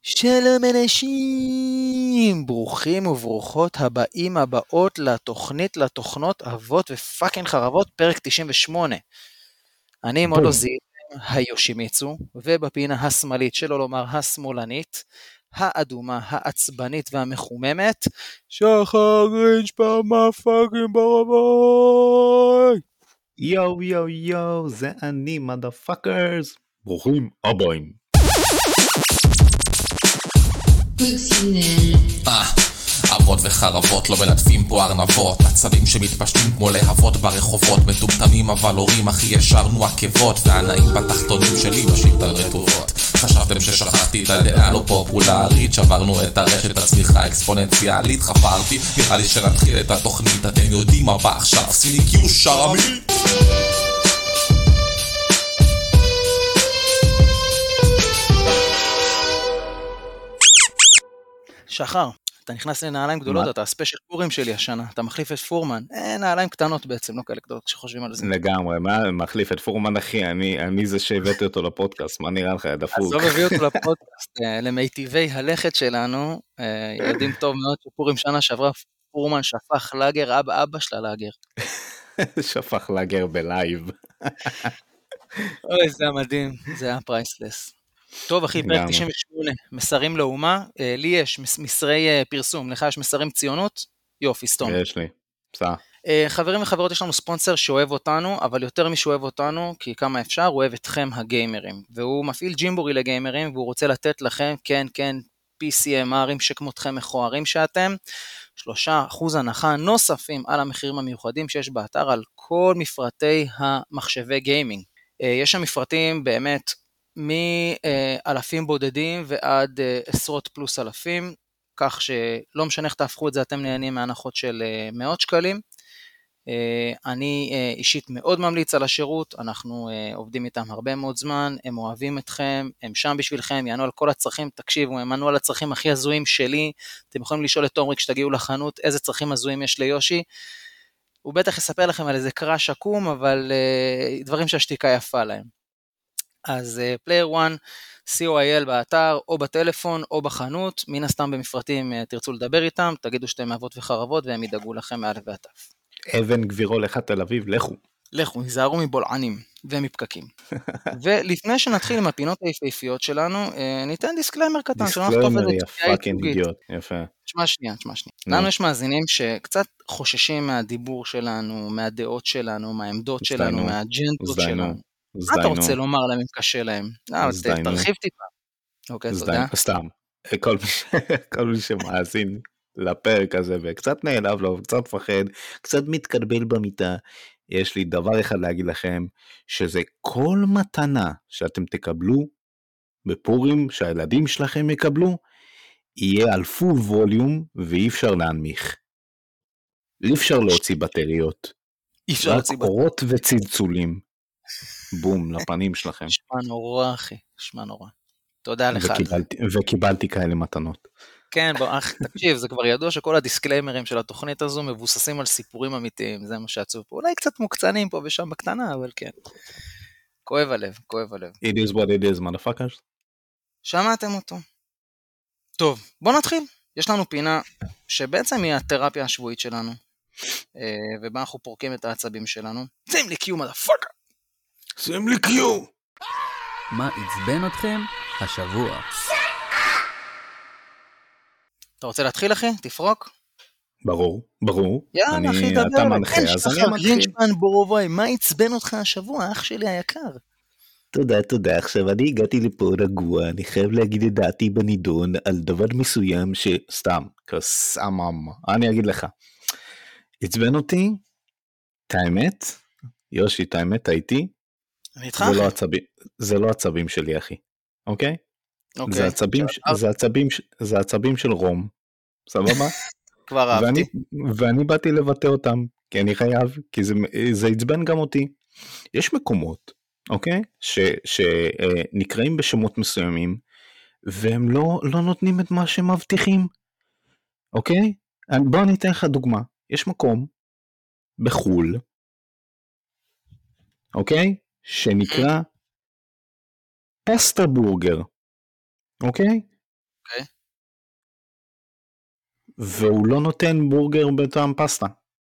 שלום אנשים, ברוכים וברוכות הבאות לתוכנות אבות ופאקינג חרבות, פרק 98. אני מודו זיו, היושימיצו, ובפינה השמאלית, שלא לומר השמאלנית, האדומה, העצבנית והמחוממת, שחר גרינשפן פאקינג ברבוי. יו יו יו, זה אני מדפאקרס, ברוכים הבאים. אבות וחרבות לא מלטפים פה ארנבות, עצבים שמתפשטים כמו להבות ברחובות, מטומטמים אבל הורים הכי ישרנו עקבות, והנאים בתחתונים שלי משאית על רטובות. חשבתם ששכחתי את הדעה לא פופולרית, שברנו את הרשת הצמיחה האקספוננציאלית, חפרתי, נראה לי שנתחיל את התוכנית, אתם יודעים מה בא עכשיו, סיניקיו שרמי. שחר, אתה נכנס לנעליים גדולות, אתה הספיישל פורים שלי השנה, אתה מחליף את פורמן, נעליים קטנות בעצם, לא כאלה גדולות כשחושבים על זה. לגמרי, מה מחליף את פורמן אחי, אני זה שהבאתי אותו לפודקאסט, מה נראה לך, דפוק? אז לא מביא אותו לפודקאסט, למיטיבי הלכת שלנו, יודעים טוב מאוד שפורים שנה שעברה, פורמן שפך לאגר, אבא שלה לאגר. שפך לאגר בלייב. אוי, זה המדהים, זה היה פרייסלס. טוב אחי, פרק 98, מסרים לאומה, לי יש מסרי פרסום, לך יש מסרים ציונות? יופי, סתום. יש לי, סע. חברים וחברות, יש לנו ספונסר שאוהב אותנו, אבל יותר משאוהב אותנו, כי כמה אפשר, הוא אוהב אתכם הגיימרים, והוא מפעיל ג'ימבורי לגיימרים, והוא רוצה לתת לכם, כן, PCMRים שכמותכם מכוערים שאתם, 3% הנחה נוספים על המחירים המיוחדים שיש באתר, על כל מפרטי המחשבי גיימינג. יש שם מפרטים באמת, מאלפים בודדים ועד עשרות פלוס אלפים, כך שלא משנה איך תהפכו את זה, אתם נהנים מהנחות של מאות שקלים. אני אישית מאוד ממליץ על השירות, אנחנו עובדים איתם הרבה מאוד זמן, הם אוהבים אתכם, הם שם בשבילכם, יענו על כל הצרכים, תקשיבו, הם ענו על הצרכים הכי הזויים שלי, אתם יכולים לשאול את תומרי כשתגיעו לחנות, איזה צרכים הזויים יש ליושי, הוא בטח יספר לכם על איזה קראש עקום, אבל דברים שהשתיקה יפה להם. אז Player One, COIL באתר, או בטלפון, או בחנות, מן הסתם במפרטים תרצו לדבר איתם, תגידו שאתם אבות וחרבות, והם ידאגו לכם מאלף ועד תף. אבן גבירו לך תל אביב, לכו, היזהרו מבולענים ומפקקים. ולפני שנתחיל עם הפינות היפהפיות שלנו, ניתן דיסקליימר קטן, דיסקליימר, יא פאקינג אידיוט, יפה. תשמע שנייה. לנו יש מאזינים שקצת חוששים מהדיבור שלנו, מהדעות שלנו, מהעמדות שלנו, מהאג'נדות שלנו. מה אתה רוצה לומר להם אם קשה להם? תרחיב טיפה. אוקיי, תודה. סתם, כל מי שמאזין לפרק הזה, וקצת נעלב לו, וקצת מפחד, קצת מתקרבל במיטה, יש לי דבר אחד להגיד לכם, שזה כל מתנה שאתם תקבלו, בפורים שהילדים שלכם יקבלו, יהיה על פול ווליום, ואי אפשר להנמיך. אי אפשר להוציא בטריות. רק קורות וצלצולים. בום, לפנים שלכם. שמע נורא אחי, שמע נורא. תודה לך. וקיבלתי כאלה מתנות. כן, תקשיב, זה כבר ידוע שכל הדיסקליימרים של התוכנית הזו מבוססים על סיפורים אמיתיים, זה מה שעצוב פה. אולי קצת מוקצנים פה ושם בקטנה, אבל כן. כואב הלב. It is what it is, motherfuckers. שמעתם אותו. טוב, בוא נתחיל. יש לנו פינה שבעצם היא התרפיה השבועית שלנו, ובה אנחנו פורקים את העצבים שלנו. שים לי קיו, motherfucker! שים לי קיו! מה עצבן אתכם השבוע? אתה רוצה להתחיל אחי? תפרוק? ברור. יאללה אחי, דבר. אתה מנחה, אז אני מתחיל. גרינשפן בורובוי, מה עצבן אותך השבוע, אח שלי היקר? תודה. עכשיו אני הגעתי לפה רגוע, אני חייב להגיד את דעתי בנידון על דבר מסוים שסתם, אני אגיד לך. עצבן אותי, את האמת, יושי, את האמת הייתי, זה לא עצבים שלי אחי, אוקיי? זה עצבים של רום, סבבה? כבר אהבתי. ואני באתי לבטא אותם, כי אני חייב, כי זה עצבן גם אותי. יש מקומות, אוקיי? שנקראים בשמות מסוימים, והם לא נותנים את מה שהם מבטיחים, אוקיי? בוא אני אתן לך דוגמה. יש מקום בחול, אוקיי? שנקרא פסטה בורגר, אוקיי? אוקיי. והוא לא נותן בורגר בטעם פסטה.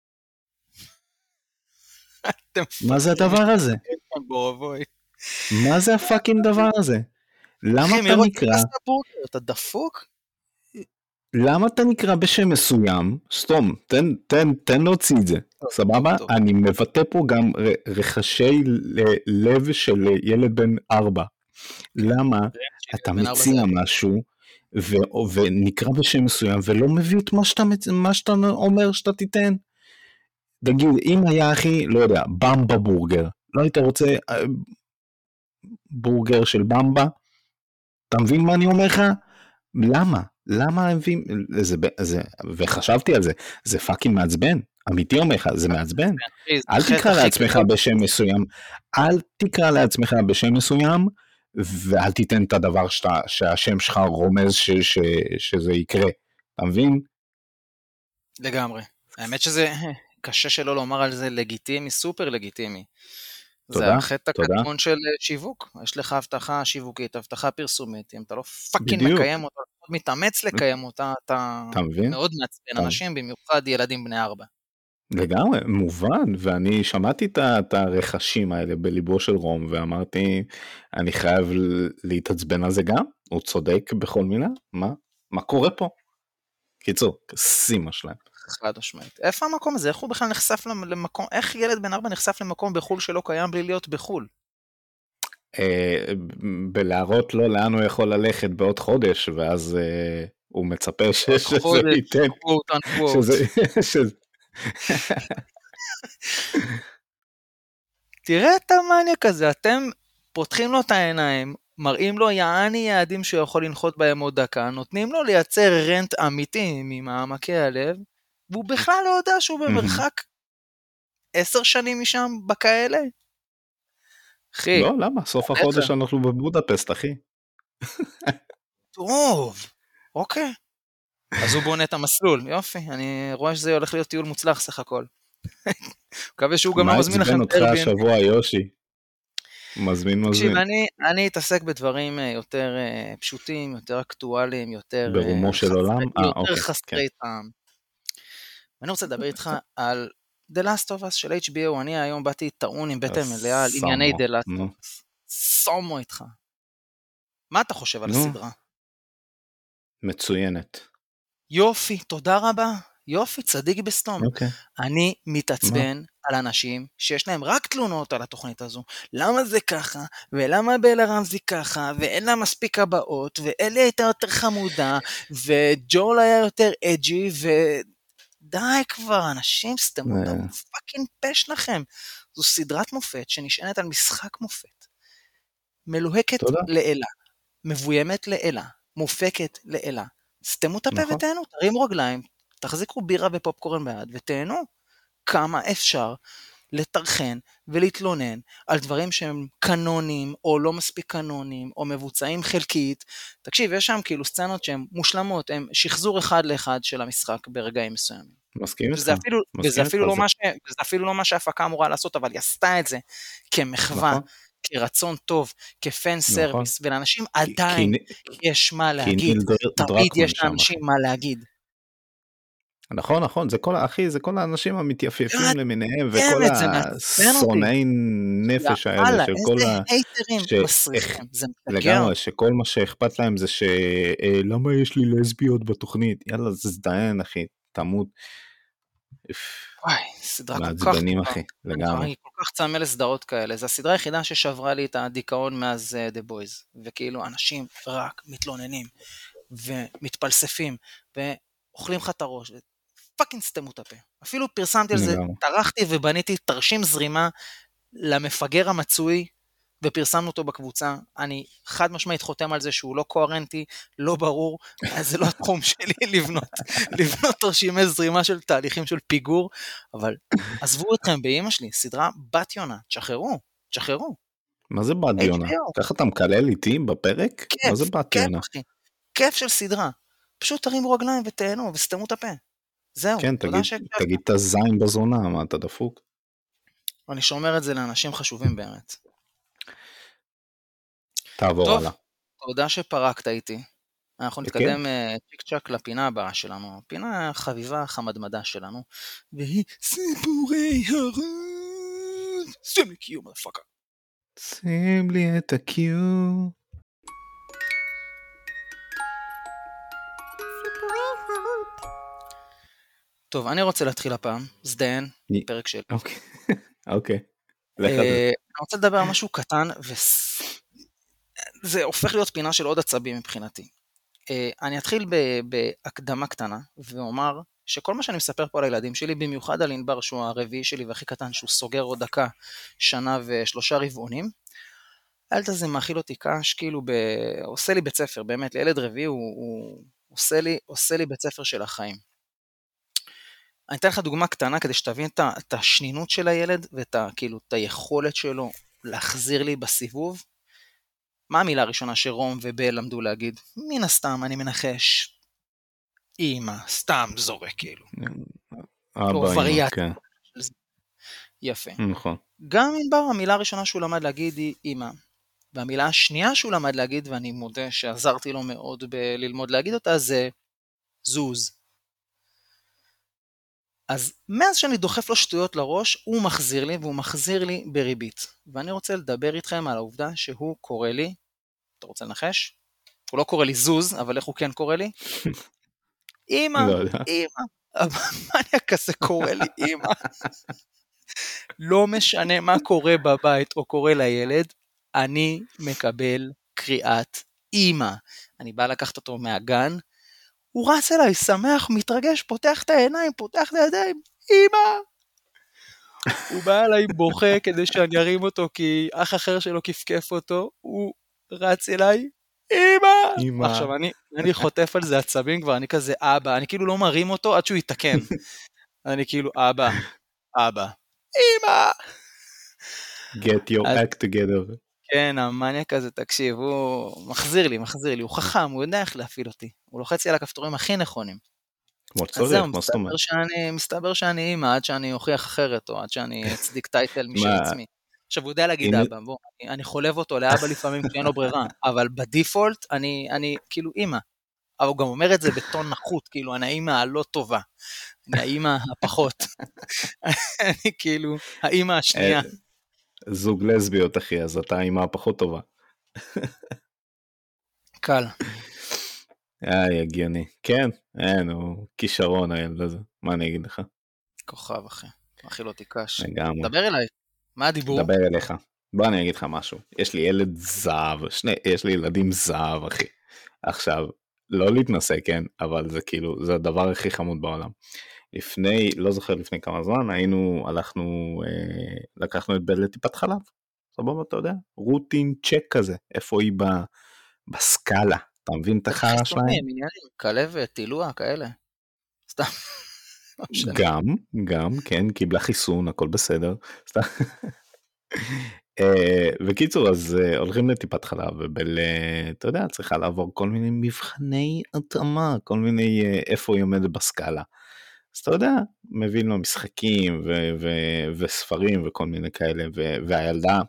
מה זה הדבר הזה? מה זה הפאקינג דבר הזה? למה אחי, אתה מי רוצה נקרא? פסטה בורגר? אתה דפוק? למה אתה נקרא בשם מסוים? סתום, תן להוציא את זה, סבבה? טוב. אני מבטא פה גם רחשי לב של ילד בן 4. למה אתה מציע משהו ונקרא בשם מסוים ולא מביא את מה שאתה אומר שאתה תיתן? תגיד, אם היה אחי, לא יודע, במבה בורגר, לא היית רוצה בורגר של במבה? אתה מבין מה אני אומר לך? למה? למה מביאים, וחשבתי על זה, זה פאקינג מעצבן, אמיתי אומר לך, זה מעצבן. אל תקרא לעצמך בשם מסוים, אל תקרא לעצמך בשם מסוים, ואל תיתן את הדבר שהשם שלך רומז שזה יקרה, אתה מבין? לגמרי. האמת שזה קשה שלא לומר על זה לגיטימי, סופר לגיטימי. זה החטא הקדמון של שיווק. יש לך הבטחה שיווקית, הבטחה פרסומית. אם אתה לא פאקינג מקיים אותה, אתה מתאמץ לקיים אותה, אתה מאוד מעצבן אנשים, במיוחד ילדים בני 4. לגמרי, מובן, ואני שמעתי את הרחשים האלה בליבו של רום, ואמרתי, אני חייב להתעצבן על זה גם, הוא צודק בכל מילה, מה קורה פה? קיצור, סימה שלהם. חד משמעית. איפה המקום הזה? איך הוא בכלל נחשף למקום, איך ילד בן 4 נחשף למקום בחול שלא קיים בלי להיות בחול? בלהראות לו לאן הוא יכול ללכת בעוד חודש, ואז הוא מצפה שזה ייתן. תראה את המניאק הזה, אתם פותחים לו את העיניים, מראים לו יעדים שהוא יכול לנחות בהם עוד דקה, נותנים לו לייצר רנט אמיתי ממעמקי הלב, והוא בכלל לא יודע שהוא במרחק 10 שנים משם בכאלה. אחי. לא, למה? סוף החודש אנחנו בבודפסט, אחי. טוב, אוקיי. אז הוא בונה את המסלול, יופי, אני רואה שזה הולך להיות טיול מוצלח סך הכל. מקווה שהוא גם לא מזמין לכם. מה עצבן אותך השבוע, יושי? מזמין. תקשיב, אני אתעסק בדברים יותר פשוטים, יותר אקטואליים, יותר ברומו של עולם? יותר חסרי טעם. ואני רוצה לדבר איתך על The Last of Us של HBO. אני היום באתי טעון עם בטן מלאה על ענייני The Last of Us. סומו איתך. מה אתה חושב על הסדרה? מצוינת. יופי, תודה רבה. יופי, צדיק בסתום. אני מתעצבן על אנשים שיש להם רק תלונות על התוכנית הזו. למה זה ככה, ולמה בלה רמזי ככה, ואין לה מספיק הבאות, ואלי הייתה יותר חמודה, וג'ול היה יותר אג'י, די כבר, אנשים סתמו את הפאקינג פש לכם. זו סדרת מופת שנשענת על משחק מופת. מלוהקת לאלה, מבוימת לאלה, מופקת לאלה. סתמו את הפה ותהנו, תרימו רגליים, תחזיקו בירה ופופקורן ביד ותהנו. כמה אפשר לתרחן ולהתלונן על דברים שהם קנונים או לא מספיק קנונים או מבוצעים חלקית. תקשיב, יש שם כאילו סצנות שהן מושלמות, הן שחזור אחד לאחד של המשחק ברגעים מסוימים. מסכים איתך. וזה אפילו לא מה שההפקה אמורה לעשות, אבל היא עשתה את זה כמחווה, כרצון טוב, כפן סרוויס, ולאנשים עדיין יש מה להגיד, תמיד יש לאנשים מה להגיד. נכון, זה כל האנשים המתייפייפים למיניהם, וכל השונאי נפש האלה, של כל איזה הייטרים מסריחים, זה מתגר. לגמרי, שכל מה שאכפת להם זה למה יש לי לסביות בתוכנית, יאללה, זה זדיין, אחי, תמות. וואי, סדרה מעצבנים, אחי, לגמרי. אני כל כך צמא לסדרות כאלה, זו הסדרה היחידה ששברה לי את הדיכאון מאז The Boys, וכאילו אנשים רק מתלוננים, ומתפלספים, ואוכלים לך את הראש, פאקינג סתמו את הפה. אפילו פרסמתי על זה, טרחתי ובניתי תרשים זרימה למפגר המצוי, ופרסמנו אותו בקבוצה. אני חד משמעית חותם על זה שהוא לא קוהרנטי, לא ברור, אז זה לא התחום שלי לבנות תרשימי זרימה של תהליכים של פיגור, אבל עזבו אתכם באמא שלי, סדרה בת יונה, תשחררו. מה זה בת יונה? ככה אתה מקלל איתי בפרק? מה זה בת יונה? כיף של סדרה. פשוט תרימו רגליים ותהנו וסתמו את הפה. זהו. כן, תגיד את הזין בזונה, מה אתה דפוק? אני שומר את זה לאנשים חשובים באמת. תעבור הלאה. תודה שפרקת איתי. אנחנו בכיף. נתקדם צ'יק צ'ק לפינה הבאה שלנו, הפינה החביבה החמדמדה שלנו, והיא סיפורי הרות. שים לי קיום, מפאקה. שים לי את הקיו. טוב, אני רוצה להתחיל הפעם, זדיין, פרק שלי. אוקיי. לך על זה. אני רוצה לדבר על משהו קטן, וזה הופך להיות פינה של עוד עצבים מבחינתי. אני אתחיל בהקדמה קטנה, ואומר שכל מה שאני מספר פה על הילדים שלי, במיוחד על ענבר שהוא הרביעי שלי והכי קטן, שהוא סוגר עוד דקה, שנה ו3 רבעונים, הילד הזה מאכיל אותי קש, כאילו עושה לי בית ספר, באמת, לילד רביעי הוא עושה לי בית ספר של החיים. אני אתן לך דוגמה קטנה כדי שתבין את השנינות של הילד, ואת כאילו, את היכולת שלו להחזיר לי בסיבוב. מה המילה הראשונה שרום ובל למדו להגיד? מן הסתם, אני מנחש, אמא, סתם זורק כאילו. או וריאציה. יפה. נכון. גם ענבר, המילה הראשונה שהוא למד להגיד היא אמא. והמילה השנייה שהוא למד להגיד, ואני מודה שעזרתי לו מאוד בללמוד להגיד אותה, זה זוז. אז מאז שאני דוחף לו שטויות לראש, הוא מחזיר לי, והוא מחזיר לי בריבית. ואני רוצה לדבר איתכם על העובדה שהוא קורא לי, אתה רוצה לנחש? הוא לא קורא לי זוז, אבל איך הוא כן קורא לי? אמא, אמא. המניאק כזה קורא לי אמא. לא משנה מה קורה בבית או קורה לילד, אני מקבל קריאת אמא. אני בא לקחת אותו מהגן, הוא רץ אליי, שמח, מתרגש, פותח את העיניים, פותח את הידיים, אמא. הוא בא אליי בוכה כדי שאני ארים אותו, כי אח אחר שלו כפכף אותו, הוא רץ אליי, אמא. עכשיו אני חוטף על זה עצבים כבר, אני כזה אבא, אני כאילו לא מרים אותו עד שהוא יתקן. אני כאילו אבא, אמא. Get your act together. כן, המניאק הזה, תקשיב, הוא מחזיר לי, הוא חכם, הוא יודע איך להפעיל אותי, הוא לוחץ לי על הכפתורים הכי נכונים. כמו צורך, מה זאת אומרת? מסתבר שאני אימא, עד שאני אוכיח אחרת, או עד שאני אצדיק טייטל משל עצמי. עכשיו, הוא יודע להגיד אבא, בוא, אני חולב אותו לאבא לפעמים כשאין לו ברירה, אבל בדיפולט, אני כאילו אימא. אבל הוא גם אומר את זה בטון נחות, כאילו, אני האימא הלא טובה, אני האימא הפחות. אני כאילו, האימא השנייה. זוג לסביות, אחי, אז אתה האימא הפחות טובה. קל. הגיוני. כן, הוא כישרון הילד הזה. מה אני אגיד לך? כוכב, אחי. מאכיל אותי קש. לגמרי. דבר אליי. מה הדיבור? דבר אליך. בוא אני אגיד לך משהו. יש לי ילד זהב, יש לי ילדים זהב, אחי. עכשיו, לא להתנסה, כן, אבל זה כאילו, זה הדבר הכי חמוד בעולם. לא זוכר לפני כמה זמן, לקחנו את בל לטיפת חלב. סבבה, אתה יודע? רוטין צ'ק כזה. איפה היא בסקאלה? אתה מבין את החרה שלהם? כלבת, תילוע, כאלה. סתם. גם, כן, קיבלה חיסון, הכל בסדר. סתם. בקיצור, אז הולכים לטיפת חלב, אתה יודע, צריכה לעבור כל מיני מבחני התאמה, כל מיני איפה היא עומדת בסקאלה. אז אתה יודע, מבין לו משחקים וספרים וכל מיני כאלה, והילדה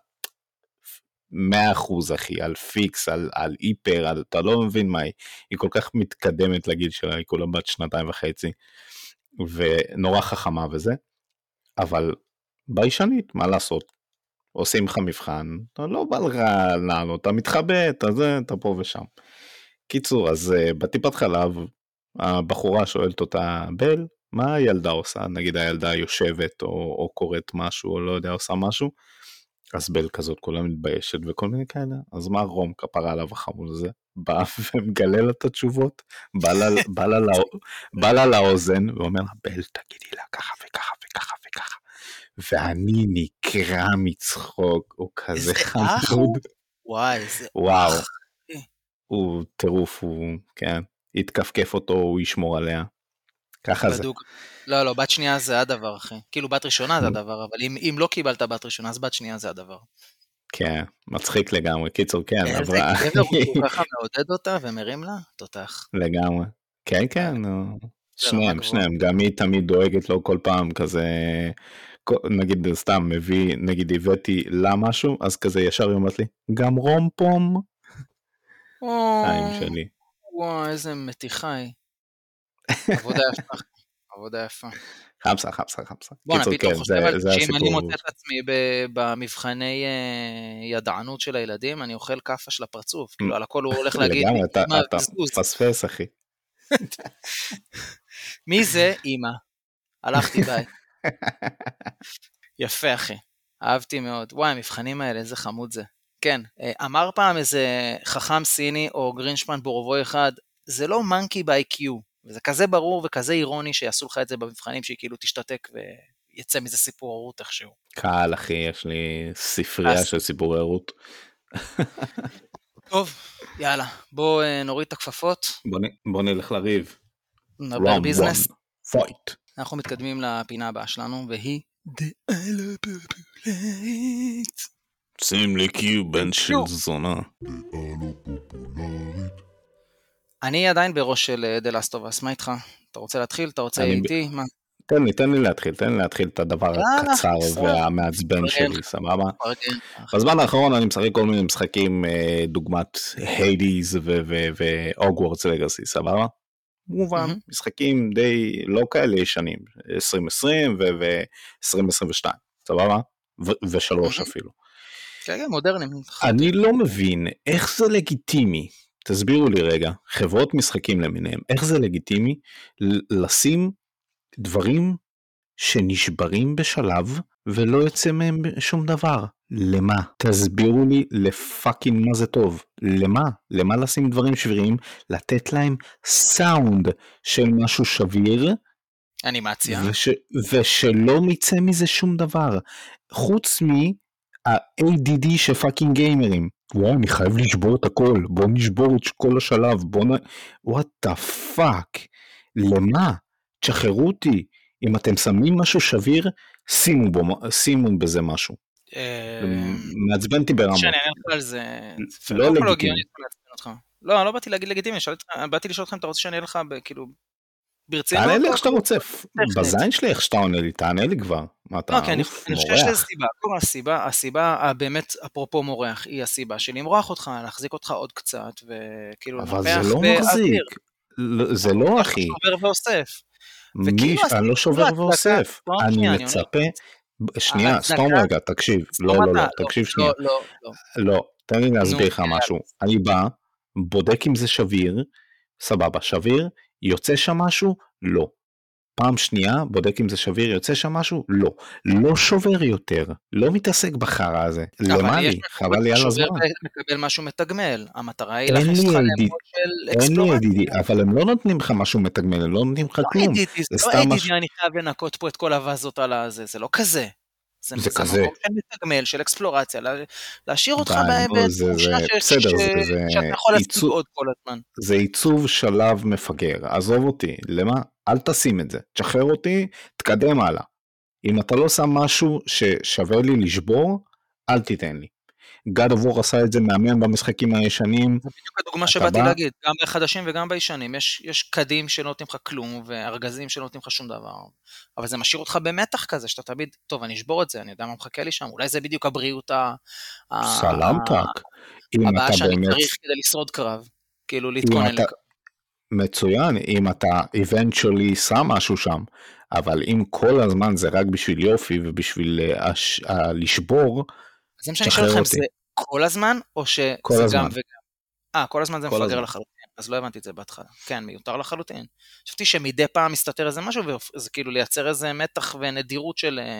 100% אחי, על פיקס, על היפר, אתה לא מבין מה היא כל כך מתקדמת לגיל שלה, היא כולה בת 2.5, ונורא חכמה וזה, אבל ביישנית, מה לעשות? עושים לך מבחן, אתה לא בא לך לענות, אתה מתחבא, אתה פה ושם. קיצור, אז בטיפת חלב, הבחורה שואלת אותה, בל, מה הילדה עושה? נגיד הילדה יושבת או קוראת משהו, או לא יודע, עושה משהו, אז בל כזאת כולה מתביישת וכל מיני כאלה, אז מה רום כפרה עליו החמוד הזה? בא ומגלה לה את התשובות, בא לה לאוזן, ואומר לה, בל תגידי לה ככה וככה וככה וככה, ואני נקרא מצחוק, הוא כזה חמוד. וואי, איזה וואו, הוא טירוף, הוא, כן, יתקפקף אותו, הוא ישמור עליה. ככה זה. לא, בת שנייה זה הדבר, אחי. כאילו בת ראשונה זה הדבר, אבל אם לא קיבלת בת ראשונה, אז בת שנייה זה הדבר. כן, מצחיק לגמרי. קיצור, כן. איזה גבר הוא ככה מעודד אותה ומרים לה? תותח. לגמרי. כן, כן. שניהם. גם היא תמיד דואגת לו כל פעם כזה, נגיד סתם נגיד הבאתי לה משהו, אז כזה ישר היא אומרת לי, גם רום פום. חיים שלי. וואו, איזה מתיחה היא. עבודה יפה, עבודה יפה. חמסה. בואנה, קיצור, פתאום כן, חושב על זה זה שאם אני הסיפור. מוצא את עצמי במבחני ידענות של הילדים, אני אוכל כאפה של הפרצוף, כאילו על הכל הוא הולך להגיד לי, לגמרי, אמא אתה וזוז. מפספס, אחי. מי זה? אמא. הלכתי ביי. יפה, אחי. אהבתי מאוד. וואי, המבחנים האלה, איזה חמוד זה. כן, אמר פעם איזה חכם סיני או גרינשפן בורובוי אחד, זה לא מנקי ב-IQ, וזה כזה ברור וכזה אירוני שיעשו לך את זה במבחנים, שהיא כאילו תשתתק ויצא מזה סיפור הורות איכשהו. קהל, אחי, יש לי ספרייה של סיפורי הורות. טוב, יאללה, בוא נוריד את הכפפות, בוא נלך לריב. נדבר ביזנס. פייט. אנחנו מתקדמים לפינה הבאה שלנו, והיא The Isle Populate. שים לי קיובן של זונה. אני עדיין בראש של The Last of Us, מה איתך? אתה רוצה להתחיל? אתה רוצה איתי? מה? תן לי להתחיל את הדבר הקצר והמעצבן שלי, סבבה? בזמן האחרון אני משחק כל מיני משחקים דוגמת היידיז והוגוורטס לגאסי, סבבה? מובן, משחקים די לא כאלה ישנים, 2020 ו-2022, סבבה? ו3 אפילו. כן, מודרנים. אני לא מבין איך זה לגיטימי, תסבירו לי רגע, חברות משחקים למיניהם, איך זה לגיטימי לשים דברים שנשברים בשלב ולא יוצא מהם שום דבר. למה? תסבירו לי לפאקינג מה זה טוב. למה? למה לשים דברים שבירים? לתת להם סאונד של משהו שביר. אנימציה. ושלא מצא מזה שום דבר. חוץ מה-ADD של פאקינג גיימרים. וואי, אני חייב לשבור את הכל. בוא נשבור את כל השלב. what the fuck? למה? תשחררו אותי. אם אתם שמים משהו שביר, שימו בזה משהו. מעצבנתי ברמות. שאני אענה לך על זה. לא לגיטימי. לא, לא באתי להגיד לגיטימי, באתי לשאול אתכם, אתה רוצה שאני אענה לך כאילו ברצינות? תענה לי איך שאתה רוצה, בזין שלי איך שאתה עונה לי, תענה לי כבר. לא, כי אני חושב שזה סיבה, הסיבה הבאמת אפרופו מורח, היא הסיבה של למרוח אותך, להחזיק אותך עוד קצת, וכאילו אבל זה לא מחזיק, זה לא אחי. שובר ואוסף. אני לא שובר ואוסף, אני מצפה, שנייה, סתום רגע, תקשיב, לא, תקשיב שנייה, לא, תן לי להסביר לך משהו, אני בא, בודק אם זה שביר, סבבה, שביר, יוצא שם משהו? לא. פעם שנייה, בודק אם זה שביר, יוצא שם משהו? לא. לא שובר יותר, לא מתעסק בחרה הזה. למה לי? חבל לי על הזמן. מקבל משהו מתגמל, המטרה היא להכניס אותך למוד של אקספלורציה. אין לי ידידי, אבל הם לא נותנים לך משהו מתגמל, הם לא נותנים לך כלום. לא ידידי, אני חייב לנקות פה את כל הווזות על הזה, זה לא כזה. זה כזה. מקום של מתגמל, של אקספלורציה, להשאיר אותך בתחושה שאתה יכול להספיק עוד כל הזמן. זה עיצוב שלב מפגר, עזוב אותי, למה? אל תשים את זה, תשחרר אותי, תקדם הלאה. אם אתה לא שם משהו ששווה לי לשבור, אל תיתן לי. God of War עשה את זה מאמן במשחקים הישנים. זה בדיוק הדוגמה שבאתי להגיד, גם בחדשים וגם בישנים, יש קדים שלא נותנים לך כלום, וארגזים שלא נותנים לך שום דבר, אבל זה משאיר אותך במתח כזה, שאתה תמיד, טוב, אני אשבור את זה, אני יודע מה מחכה לי שם, אולי זה בדיוק הבריאות סלמתק. הבאה שאני צריך כדי לשרוד קרב, כאילו להתכונן לקרב. מצוין, אם אתה eventually שם משהו שם, אבל אם כל הזמן זה רק בשביל יופי ובשביל לשבור, אז אם שאני שואל אתכם, זה כל הזמן, או שזה גם וגם? כל הזמן זה מפגר לחלוטין, אז לא הבנתי את זה בהתחלה. כן, מיותר לחלוטין. חשבתי שמדי פעם מסתתר איזה משהו, וזה כאילו לייצר איזה מתח ונדירות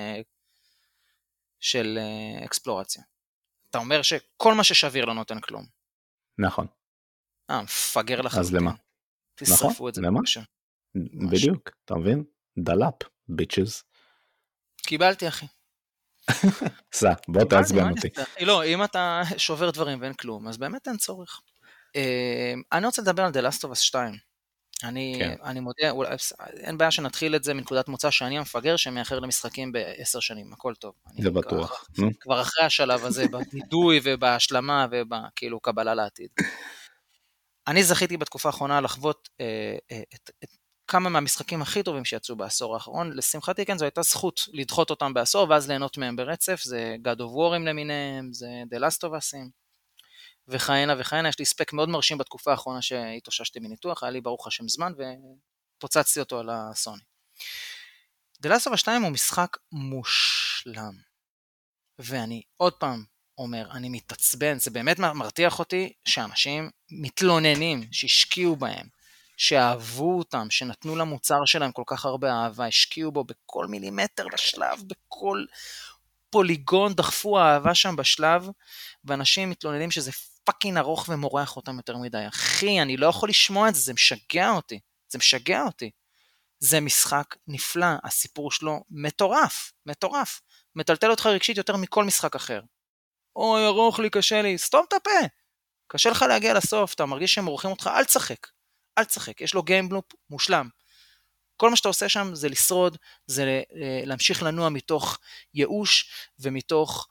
של אקספלורציה. אתה אומר שכל מה ששביר לא נותן כלום. נכון. מפגר לחלוטין. אז למה? תשרפו את זה בבקשה. בדיוק, אתה מבין? דלאפ, ביצ'ז. קיבלתי, אחי. בוא תעצבן אותי. לא, אם אתה שובר דברים ואין כלום, אז באמת אין צורך. אני רוצה לדבר על The Last of Us 2. אני מודה, אין בעיה שנתחיל את זה מנקודת מוצא שאני המפגר שמאחר למשחקים ב10 שנים, הכל טוב. זה בטוח. כבר אחרי השלב הזה, בנידוי ובהשלמה ובכאילו קבלה לעתיד. אני זכיתי בתקופה האחרונה לחוות כמה מהמשחקים הכי טובים שיצאו בעשור האחרון, לשמחתי כן, זו הייתה זכות לדחות אותם בעשור, ואז ליהנות מהם ברצף, זה God of War'ים למיניהם, זה The Last of Us'ים, וכהנה וכהנה, יש לי ספק מאוד מרשים בתקופה האחרונה שהתאוששתי מניתוח, היה לי ברוך השם זמן, ופוצצתי אותו על הסוני. The Last of Us 2 הוא משחק מושלם, ואני עוד פעם אומר, אני מתעצבן, זה באמת מרתיח אותי, שאנשים מתלוננים, שהשקיעו בהם, שאהבו אותם, שנתנו למוצר שלהם כל כך הרבה אהבה, השקיעו בו בכל מילימטר בשלב, בכל פוליגון, דחפו האהבה שם בשלב, ואנשים מתלוננים שזה פאקינג ארוך ומורח אותם יותר מדי. אחי, אני לא יכול לשמוע את זה, זה משגע אותי, זה משגע אותי. זה משחק נפלא, הסיפור שלו מטורף, מטורף. מטלטל אותך רגשית יותר מכל משחק אחר. אוי, ארוך לי, קשה לי, סתום את הפה. קשה לך להגיע לסוף, אתה מרגיש שהם מורחים אותך, אל תשחק. אל תשחק, יש לו גיימלופ מושלם. כל מה שאתה עושה שם זה לשרוד, זה להמשיך לנוע מתוך ייאוש ומתוך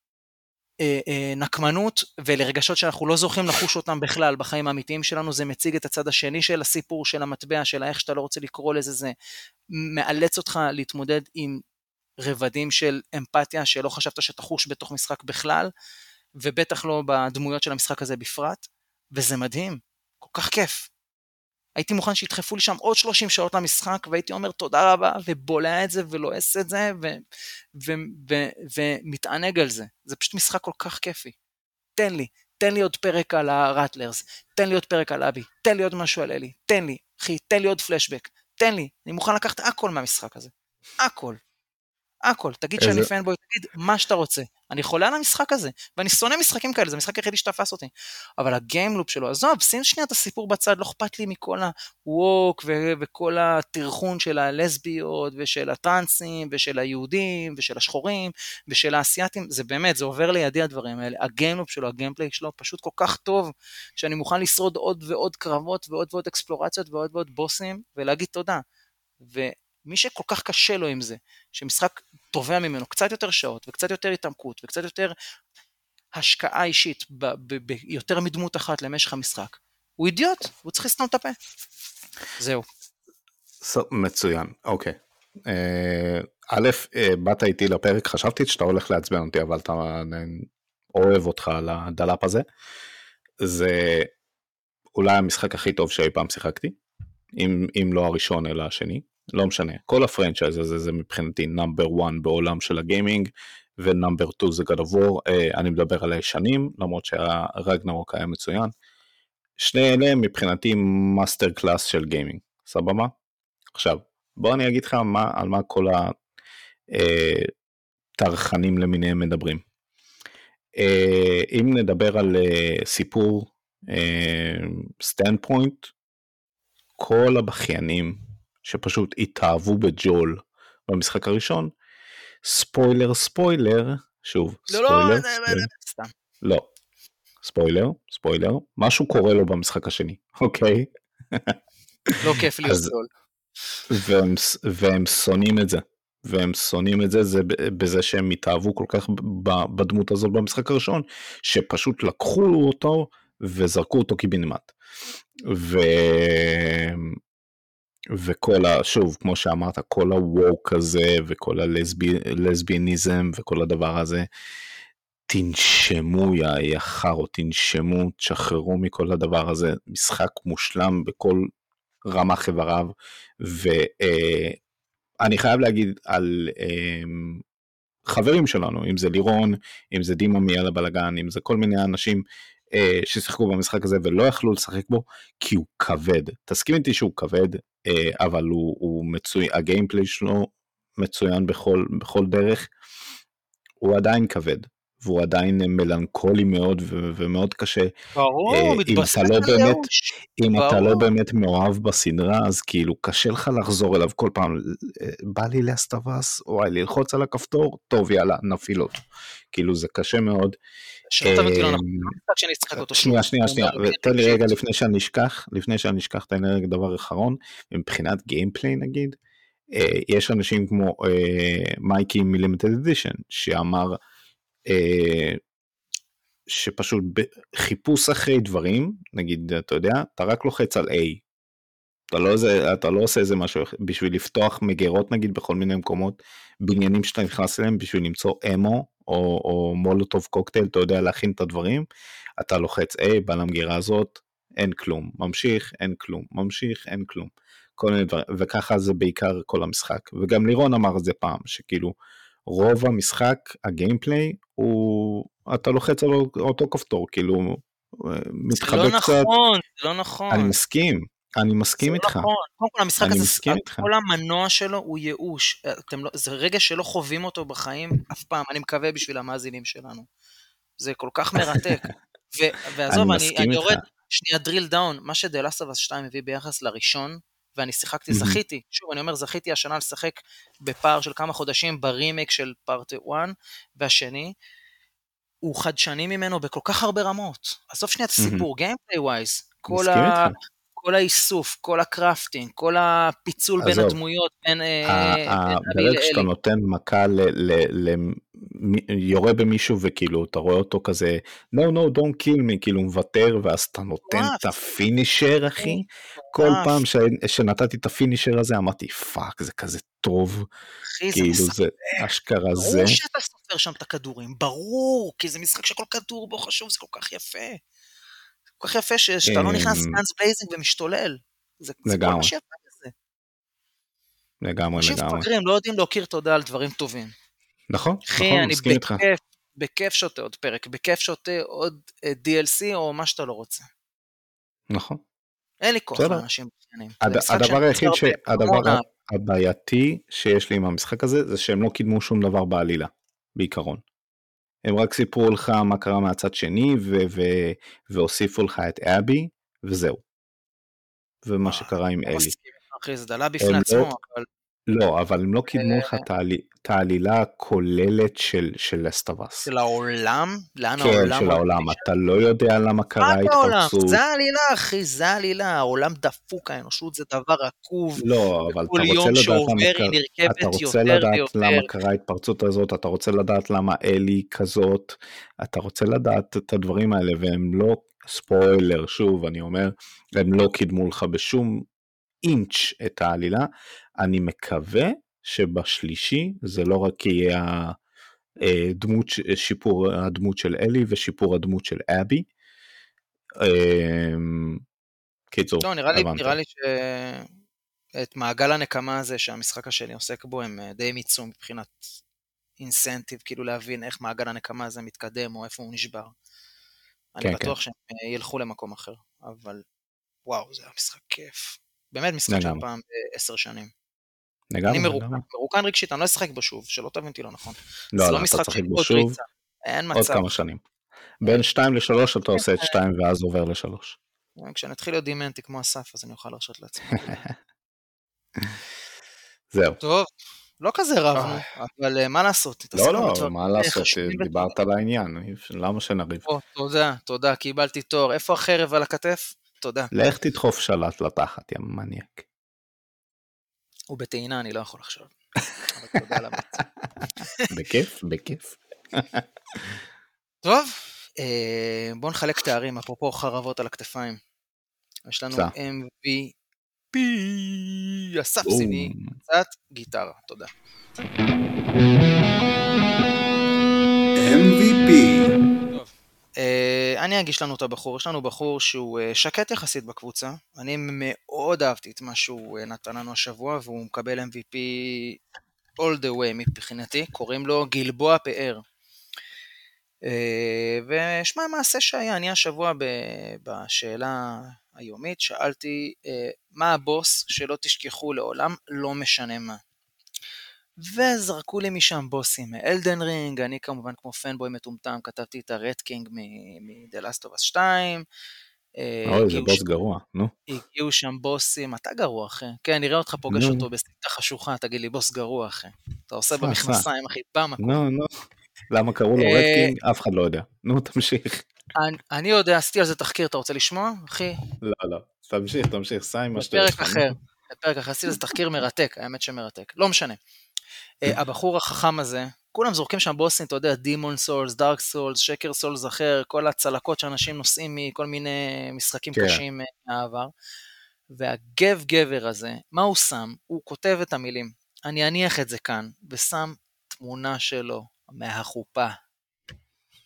נקמנות ולרגשות שאנחנו לא זוכים לחוש אותם בכלל בחיים האמיתיים שלנו. זה מציג את הצד השני של הסיפור של המטבע, של איך שאתה לא רוצה לקרוא לזה, זה מאלץ אותך להתמודד עם רבדים של אמפתיה שלא חשבת שתחוש בתוך משחק בכלל, ובטח לא בדמויות של המשחק הזה בפרט, וזה מדהים, כל כך כיף. הייתי מוכן שידחפו לי שם עוד 30 שעות למשחק, והייתי אומר תודה רבה, ובולע את זה, ולא אעשה את זה, ומתענג על זה. זה פשוט משחק כל כך כיפי. תן לי עוד פרק על הרטלרס, תן לי עוד פרק על אבי, תן לי עוד משהו על אלי, תן לי, אחי, תן לי עוד פלשבק, תן לי, אני מוכן לקחת הכל מהמשחק הזה. הכל, תגיד שאני פנבוי, תגיד מה שאתה רוצה. אני חולה על המשחק הזה, ואני שונא משחקים כאלה, זה המשחק היחידי שתפס אותי. אבל הגיימלופ שלו, עזוב, שים שנייה את הסיפור בצד, לא אכפת לי מכל הווק וכל התרחון של הלסביות ושל הטרנסים ושל היהודים ושל השחורים ושל האסייתים, זה באמת, זה עובר לידי הדברים האלה. הגיימלופ שלו, הגיימפליי שלו פשוט כל כך טוב, שאני מוכן לשרוד עוד ועוד קרבות ועוד ועוד אקספלורציות ועוד ועוד בוסים, ולהגיד תודה. מי שכל כך קשה לו עם זה, שמשחק תובע ממנו קצת יותר שעות, וקצת יותר התעמקות, וקצת יותר השקעה אישית, ביותר מדמות אחת למשך המשחק, הוא אידיוט, הוא צריך לסתום את הפה. זהו. מצוין, אוקיי. א', באת איתי לפרק, חשבתי שאתה הולך לעצבן אותי, אבל אתה אוהב אותך על הדלאפ הזה. זה אולי המשחק הכי טוב שאי פעם שיחקתי, אם לא הראשון אלא השני. לא משנה, כל הפרנצ'ייז הזה זה מבחינתי נאמבר 1 בעולם של הגיימינג, ונאמבר 2 זה God of War, אני מדבר על הישנים, למרות שהרגנרוק היה מצוין, שני אלה מבחינתי מאסטר קלאס של גיימינג, סבבה? עכשיו, בוא אני אגיד לך על מה כל התרחנים למיניהם מדברים. אם נדבר על סיפור סטנד פוינט, כל הבחיינים שפשוט התאהבו בג'ול במשחק הראשון, ספוילר, שוב, ספוילר, לא, ספוילר, משהו קורה לו במשחק השני, אוקיי? לא כיף להיות ג'ול. והם שונאים את זה, זה בזה שהם התאהבו כל כך בדמות הזאת במשחק הראשון, שפשוט לקחו אותו וזרקו אותו קיבינימט. וכל שוב, כמו שאמרת, כל הווק הזה, וכל הלסביאניזם, וכל הדבר הזה, תנשמו יא חרו, תנשמו, תשחררו מכל הדבר הזה, משחק מושלם בכל רמה חבריו, ואני חייב להגיד על חברים שלנו, אם זה לירון, אם זה דימה מיאל הבלגן, אם זה כל מיני אנשים, ששיחקו במשחק הזה ולא יכלו לשחק בו, כי הוא כבד. תסכים איתי שהוא כבד, אבל הוא מצוין, הגיימפליי שלו מצוין בכל דרך, הוא עדיין כבד, והוא עדיין מלנכולי מאוד ומאוד קשה. ברור, אם אתה לא באמת מאוהב בסדרה, אז כאילו קשה לך לחזור אליו כל פעם, בא לי להסטבס, וואי, ללחוץ על הכפתור, טוב יאללה, נפיל אותו. כאילו זה קשה מאוד. שנייה, תן לי רגע לפני שאני אשכח, תן לי רגע דבר אחרון, מבחינת גיימפליי נגיד, יש אנשים כמו מייקי מלימיטד אדישן, שאמר שפשוט בחיפוש אחרי דברים, נגיד, אתה יודע, אתה רק לוחץ על A, אתה לא עושה איזה משהו, בשביל לפתוח מגירות נגיד בכל מיני מקומות, בניינים שאתה נכנס אליהם, בשביל למצוא אמו, או מולוטוב קוקטייל, אתה יודע להכין את הדברים, אתה לוחץ A, בא למגירה הזאת, אין כלום, ממשיך, אין כלום, ממשיך, אין כלום. כל מיני דברים, וככה זה בעיקר כל המשחק. וגם לירון אמר את זה פעם, שכאילו, רוב המשחק, הגיימפליי, אתה לוחץ על אותו כפתור, כאילו, מתחבא קצת. זה לא נכון, זה לא נכון. אני מסכים איתך. זה לא נכון. קודם כל, המשחק הזה, כל המנוע שלו הוא ייאוש. זה רגע שלא חווים אותו בחיים אף פעם. אני מקווה בשביל המאזינים שלנו. זה כל כך מרתק. ועזוב, אני יורד שנייה דריל דאון, מה שThe Last of Us 2 הביא ביחס לראשון, ואני שיחקתי, זכיתי, שוב אני אומר, זכיתי השנה לשחק בפער של כמה חודשים ברימייק של פארט 1, והשני, הוא חדשני ממנו בכל כך הרבה רמות. עזוב שנייה את הסיפור, גיימפליי ווייז, כל האיסוף, כל הקראפטינג, כל הפיצול בין הדמויות, ברגע שאתה נותן מכה יורה במישהו וכאילו אתה רואה אותו כזה no don't kill me כאילו מוותר ואז אתה נותן את הפינישר אחי, כל פעם שנתתי את הפינישר הזה אמרתי פאק זה כזה טוב, כאילו זה אשכרה זה. ברור שאתה סופר שם את הכדורים, ברור, כי זה משחק שכל כדור בו חשוב, זה כל כך יפה. כל כך יפה שאתה לא נכנס גאנס בלייזינג ומשתולל. זה כל מה שיפה בזה. לגמרי. אנשים מפגרים, לא יודעים להכיר תודה על דברים טובים. נכון, מסכים איתך. אני בכיף שותה עוד פרק, בכיף שותה עוד DLC או מה שאתה לא רוצה. נכון. אין לי כוח לאנשים בקטנים. הדבר היחיד הדבר הבעייתי שיש לי עם המשחק הזה, זה שהם לא קידמו שום דבר בעלילה, בעיקרון. הם רק סיפרו לך מה קרה מהצד שני, והוסיפו לך את אבי, וזהו. ומה שקרה עם אלי. אחי, זה דלה בפני עצמו, אבל... לא, אבל הם לא קידמו לך את העלילה הכוללת של לסטבס. של העולם? לאן העולם? כן, של העולם. אתה לא יודע למה קרה התפרצות. זה העלילה, אחי, זה העלילה. העולם דפוק, האנושות זה דבר עקוב. לא, אבל אתה רוצה לדעת למה קרה ההתפרצות הזאת, אתה רוצה לדעת למה אלי כזאת, אתה רוצה לדעת את הדברים האלה, והם לא, ספוילר, שוב, אני אומר, הם לא קידמו לך בשום אינץ' את העלילה. אני מקווה שבשלישי זה לא רק יהיה שיפור הדמות של אלי ושיפור הדמות של אבי. קיצור, לא, נראה לי שאת מעגל הנקמה הזה שהמשחק השני עוסק בו הם די מיצו מבחינת אינסנטיב, כאילו להבין איך מעגל הנקמה הזה מתקדם או איפה הוא נשבר. אני בטוח שהם ילכו למקום אחר, אבל וואו, זה היה משחק כיף. באמת משחק של פעם 10 שנים. אני מרוקן רגשית, אני לא אשחק בו שוב, שלא תבנתי לא נכון. לא, אתה תשחק בו שוב עוד כמה שנים. בין 2 ל-3 אתה עושה את 2 ואז עובר ל-3. כשאני אתחיל להיות דימנטי כמו אסף, אז אני אוכל להרשות לעצמי. זהו. טוב, לא כזה רבנו, אבל מה לעשות? לא, מה לעשות, דיברת על העניין, למה שנריב? תודה, קיבלתי תואר. איפה החרב על הכתף? תודה. לך תדחוף שלט לתחת, יא מניאק. הוא בטעינה, אני לא יכול לחשוב. אבל תודה על בכיף. טוב, בואו נחלק תארים, אפרופו חרבות על הכתפיים. יש לנו MVP, אסף סיני, קצת גיטרה, תודה. MVP. טוב, אני אגיש לנו את הבחור, יש לנו בחור שהוא שקט יחסית בקבוצה, אני מאוד אהבתי את מה שהוא נתן לנו השבוע, והוא מקבל MVP all the way מבחינתי, קוראים לו גלבוע פאר. ושמע מעשה שהיה, אני השבוע בשאלה היומית שאלתי מה הבוס שלא תשכחו לעולם, לא משנה מה. וזרקו לי משם בוסים אלדן רינג, אני כמובן כמו פנבוי מטומטם כתבתי את הרד קינג מ-The Last of Us 2. אוי, זה בוס גרוע, נו. הגיעו שם בוסים, אתה גרוע אחי, כן, נראה אותך פוגש אותו בסטה חשוכה, תגיד לי בוס גרוע אחי, אתה עושה במכנסיים אחי, במקום. נו. למה קראו לו רד קינג? אף אחד לא יודע. נו, תמשיך. אני יודע, עשיתי על זה תחקיר, אתה רוצה לשמוע, אחי? לא. תמשיך, סיים מה שאתה בפרק אחר, עשיתי על זה תחקיר מרתק, האמת שמרתק. לא משנה. הבחור החכם הזה, כולם זורקים שם בוסים, אתה יודע, דימון סולס, דארק סולס, שקר סולס אחר, כל הצלקות שאנשים נוסעים מכל מיני משחקים קשים מהעבר. והגב גבר הזה, מה הוא שם? הוא כותב את המילים. אני אניח את זה כאן, ושם תמונה שלו מהחופה.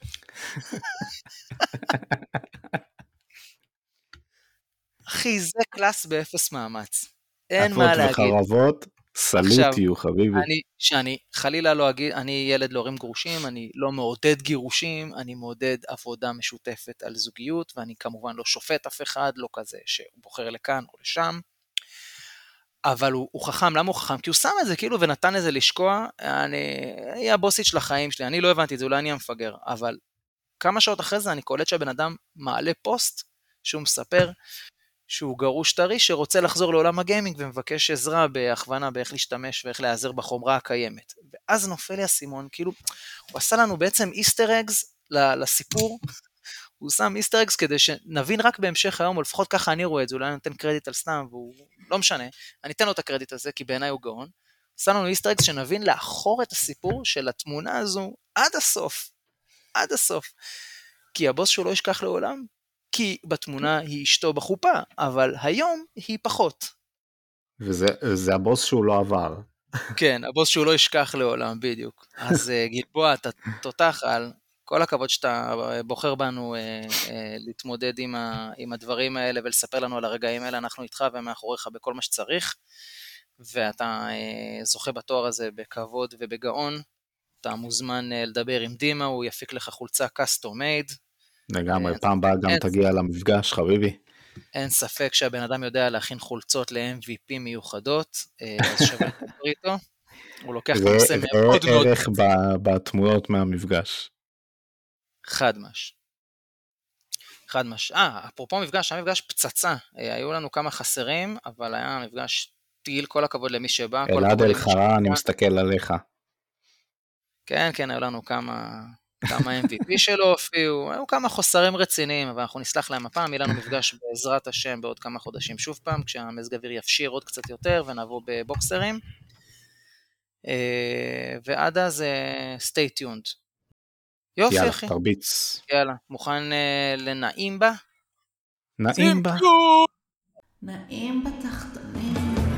אחי, זה קלאס באפס מאמץ. אין עפות מה להגיד. וחרבות, סלוט יהיו חביבי. שאני חלילה לא אגיד, אני ילד להורים גרושים, אני לא מעודד גירושים, אני מעודד עבודה משותפת על זוגיות, ואני כמובן לא שופט אף אחד, לא כזה שהוא בוחר לכאן או לשם, אבל הוא חכם, למה הוא חכם? כי הוא שם את זה כאילו ונתן לזה לשקוע, היא הבוסית של החיים שלי, אני לא הבנתי את זה, אולי אני המפגר, אבל כמה שעות אחרי זה אני קולט שהבן אדם מעלה פוסט, שהוא מספר שהוא גרוש טרי שרוצה לחזור לעולם הגיימינג ומבקש עזרה בהכוונה באיך להשתמש ואיך להיעזר בחומרה הקיימת. ואז נופל לי הסימון, כאילו, הוא עשה לנו בעצם איסטר אגס לסיפור, הוא שם איסטר אגס כדי שנבין רק בהמשך היום, או לפחות ככה אני רואה את זה, אולי אני נותן קרדיט על סתם, והוא לא משנה, אני אתן לו את הקרדיט הזה, כי בעיניי הוא גאון, שם לנו איסטר אגס שנבין לאחור את הסיפור של התמונה הזו עד הסוף, עד הסוף. כי הבוס שהוא לא ישכח לעולם, כי בתמונה היא אשתו בחופה, אבל היום היא פחות. וזה הבוס שהוא לא עבר. כן, הבוס שהוא לא ישכח לעולם, בדיוק. אז גלבוע, אתה תותח על כל הכבוד שאתה בוחר בנו להתמודד עם הדברים האלה ולספר לנו על הרגעים האלה, אנחנו איתך ומאחוריך בכל מה שצריך, ואתה זוכה בתואר הזה בכבוד ובגאון, אתה מוזמן לדבר עם דימה, הוא יפיק לך חולצה custom made, לגמרי, פעם באה גם תגיע למפגש, חביבי. אין ספק שהבן אדם יודע להכין חולצות ל-MVP מיוחדות, אז שווה לדבר איתו. הוא לוקח את הנושא מאוד מאוד... ערך בתמונות מהמפגש. חדמש. אפרופו מפגש, היה מפגש פצצה. היו לנו כמה חסרים, אבל היה מפגש טיל, כל הכבוד למי שבא. אלעד אלחרה, אני מסתכל עליך. כן, היו לנו כמה MVP שלו הופיעו, היו כמה חוסרים רציניים, אבל אנחנו נסלח להם הפעם, יהיה לנו מפגש בעזרת השם בעוד כמה חודשים שוב פעם, כשהמזג אוויר יפשיר עוד קצת יותר, ונעבור בבוקסרים, ועד אז stay tuned. יופי יאללה, אחי. תרביץ. יאללה, מוכן לנעים בה? נעים בה. נעים בתחתונים.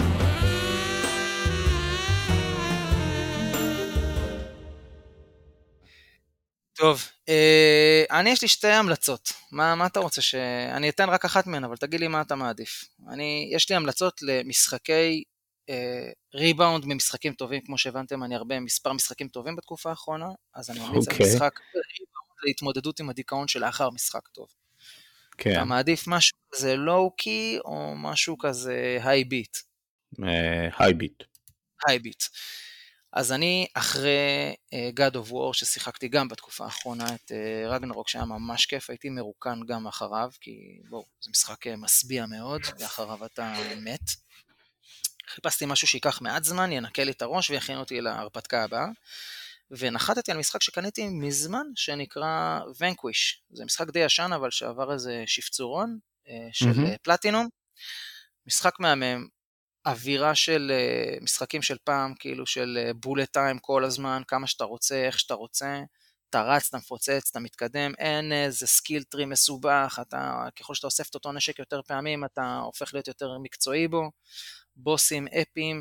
טוב, יש לי שתי המלצות. מה אתה רוצה אני אתן רק אחת מהן, אבל תגיד לי מה אתה מעדיף. יש לי המלצות למשחקי ריבאונד ממשחקים טובים, כמו שהבנתם, אני הרבה מספר משחקים טובים בתקופה האחרונה, אז אני ממליץ על משחק ריבאונד להתמודדות עם הדיכאון שלאחר משחק טוב. אתה מעדיף משהו כזה לואו-קי, או משהו כזה היי-ביט? היי-ביט. היי-ביט. אז אני אחרי God of War ששיחקתי גם בתקופה האחרונה את רגנרוק שהיה ממש כיף, הייתי מרוקן גם אחריו, כי בואו, זה משחק משביע מאוד, ואחריו אתה מת. חיפשתי משהו שיקח מעט זמן, ינקה לי את הראש ויכין אותי להרפתקה הבאה, ונחתתי על משחק שקניתי מזמן שנקרא Vanquish. זה משחק די ישן אבל שעבר איזה שפצורון של פלטינום, משחק מהמם, אווירה של משחקים של פעם, כאילו של בולט טיים כל הזמן, כמה שאתה רוצה, איך שאתה רוצה, אתה רץ, אתה מפוצץ, אתה מתקדם, אין איזה סקיל טרי מסובך, ככל שאתה אוסף את אותו נשק יותר פעמים, אתה הופך להיות יותר מקצועי בו, בוסים, אפים,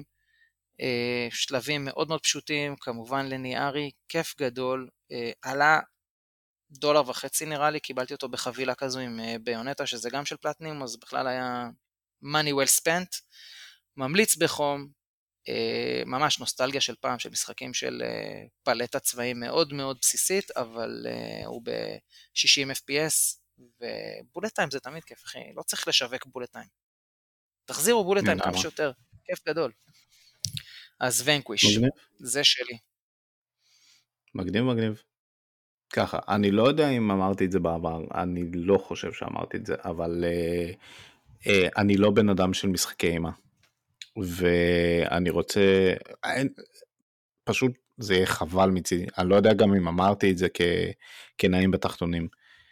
שלבים מאוד מאוד פשוטים, כמובן ליניארי, כיף גדול, עלה $1.50 נראה לי, קיבלתי אותו בחבילה כזו עם ביונטה, שזה גם של פלטינום, אז בכלל היה money well spent, ממליץ בחום, ממש נוסטלגיה של פעם, של משחקים של פלטה צבעים מאוד מאוד בסיסית, אבל הוא ב-60 FPS, ובולט טיים זה תמיד כיף, אחי, לא צריך לשווק בולט טיים. תחזירו בולט טיים כמה שיותר, כיף גדול. אז ונקוויש, זה שלי. מגניב. ככה, אני לא יודע אם אמרתי את זה בעבר, אני לא חושב שאמרתי את זה, אבל אני לא בן אדם של משחקי אימה. ואני רוצה, פשוט זה יהיה חבל מצידי, אני לא יודע גם אם אמרתי את זה כנעים בתחתונים,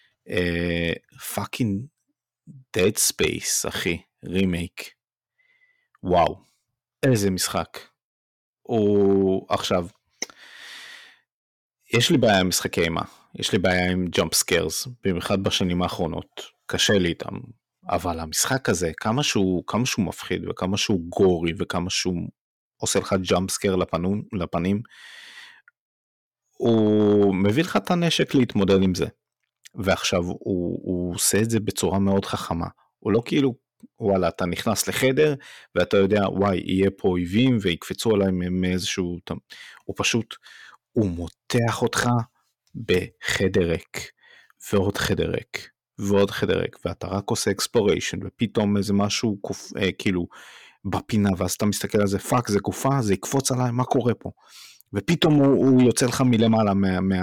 פאקינג Dead Space, אחי, רימייק, וואו, איזה משחק, עכשיו, יש לי בעיה עם משחקי אימה, יש לי בעיה עם ג'אמפ סקיירס, במיוחד בשנים האחרונות, קשה לי איתם, אבל המשחק הזה, כמה שהוא מפחיד, וכמה שהוא גורי, וכמה שהוא עושה לך ג'אמפ סקייר לפנים, הוא מביא לך את הנשק להתמודד עם זה. ועכשיו הוא עושה את זה בצורה מאוד חכמה. הוא לא כאילו, וואלה, אתה נכנס לחדר, ואתה יודע, וואי, יהיה פה אויבים, ויקפצו עליי מאיזשהו, הוא פשוט, הוא מותח אותך בחדר ריק, ועוד חדר ריק, ועוד חדר ריק, ואתה רק עושה אקספלוריישן, ופתאום איזה משהו, כאילו, בפינה, ואז אתה מסתכל על זה, פאק, זה גופה, זה יקפוץ עליי, מה קורה פה? ופתאום הוא יוצא לך מלמעלה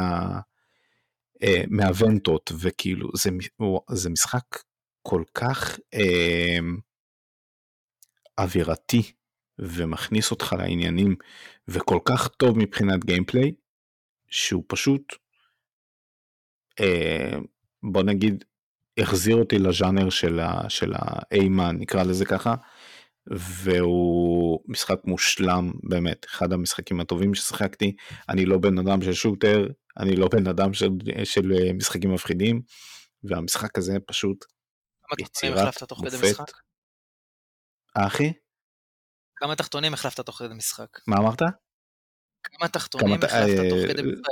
מהוונטות, וכאילו, זה משחק כל כך אווירתי, ומכניס אותך לעניינים, וכל כך טוב מבחינת גיימפליי, שהוא פשוט, בוא נגיד, החזיר אותי לז'אנר של האימן, נקרא לזה ככה, והוא משחק מושלם, באמת, אחד המשחקים הטובים ששיחקתי. אני לא בן אדם של שוטר, אני לא בן אדם של משחקים מפחידים, והמשחק הזה פשוט יצירת מופת. אחי? כמה תחתונים החלפת תוך כדי משחק? מה אמרת? כמה תחתונים החלפת תוך כדי משחק?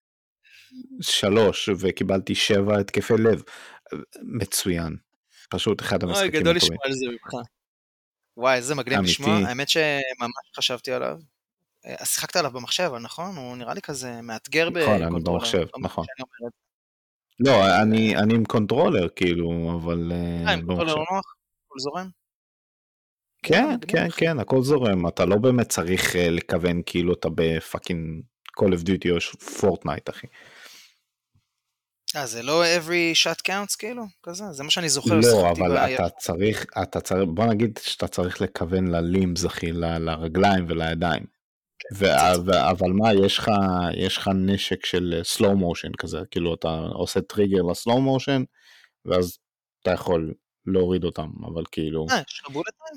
3, וקיבלתי 7 התקפי לב. מצוין. פשוט אחד המשחקים הטובים. גדול לשמוע על זה ממך. וואי, איזה מגניב לשמוע. האמת שממש חשבתי עליו. שיחקת עליו במחשב, נכון? הוא נראה לי כזה מאתגר נכון, אני במחשב, נכון. לא, אני עם קונטרולר, כאילו, אבל עם קונטרולר נוח? הכל זורם? כן, הכל זורם. אתה לא באמת צריך לכוון, כאילו, אתה בפאקינג Call of Duty או פורטנייט, אחי. זה לא every shot counts, כאילו? כזה? זה מה שאני זוכר. לא, אבל אתה צריך, בוא נגיד שאתה צריך לכוון ללימס, אחי, לרגליים ולידיים. אבל מה, יש לך נשק של slow motion כזה, כאילו אתה עושה טריגר לסלואו מושן, ואז אתה יכול להוריד אותם, אבל כאילו... יש לך בולט טיים?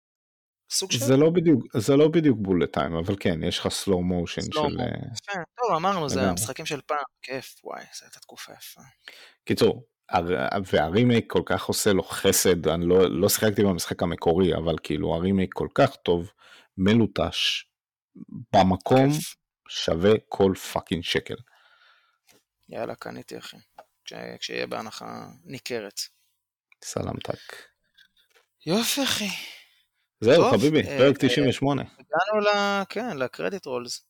זה לא בדיוק בולט טיים, אבל כן, יש לך slow motion של... טוב, אמרנו, זה המשחקים של פעם, כיף, וואי, זה הייתה תקופה יפה. קיצור, והרימייק כל כך עושה לו חסד, אני לא שיחקתי במשחק המקורי, אבל כאילו הרימייק כל כך טוב, מלוטש, במקום שווה כל פאקינג שקל. יאללה, קניתי אחי. כשיהיה בהנחה ניכרת. סלמתק. יופי אחי. זהו חביבי, פרק 98. הגענו לקרדיט רולס.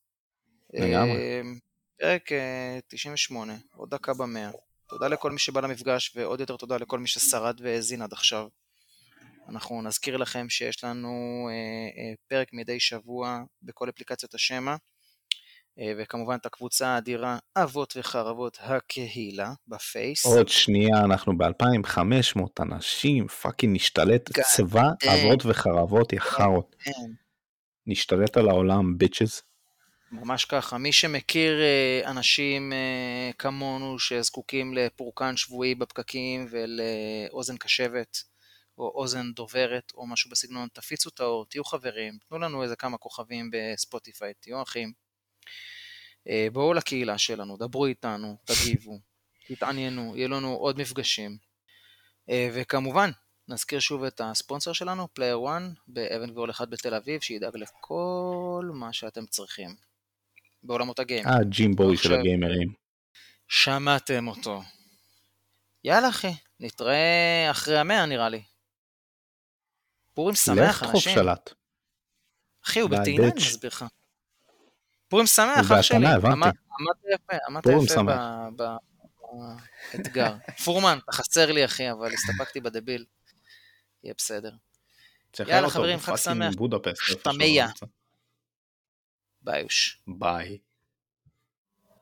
פרק 98, עוד דקה ב100. תודה לכל מי שבא למפגש, ועוד יותר תודה לכל מי ששרד והזין עד עכשיו. אנחנו נזכיר לכם שיש לנו פרק מדי שבוע בכל אפליקציות השמה, וכמובן את הקבוצה האדירה אבות וחרבות הקהילה בפייס. עוד שנייה, אנחנו ב-2500 אנשים, פאקינג נשתלט, צבא אבות וחרבות יחרות. נשתלט על העולם, ביצ'ז. ממש ככה, מי שמכיר אנשים כמונו שזקוקים לפורקן שבועי בפקקים ולאוזן קשבת, או אוזן דוברת, או משהו בסגנון, תפיצו את האור, תהיו חברים, תנו לנו איזה כמה כוכבים בספוטיפיי, תהיו אחים. בואו לקהילה שלנו, דברו איתנו, תגיבו, תתעניינו, יהיה לנו עוד מפגשים. וכמובן, נזכיר שוב את הספונסר שלנו, Player One, באבן גבירול 1 בתל אביב, שידאג לכל מה שאתם צריכים. בעולמות הגיימר. ג'ימבוי של הגיימרים. שמעתם אותו. יאללה אחי, נתראה אחרי 100 נראה לי. פורים שמח, אנשים. לך שלט. אחי, הוא בטעינה, אני מסביר לך. פורים שמח, אח שלי. אמרת יפה באתגר. פורמן, אתה חסר לי, אחי, אבל הסתפקתי בדביל. יהיה בסדר. יאללה, חברים, חג שמח. בודפסט. שתמיה. ביי. ביי.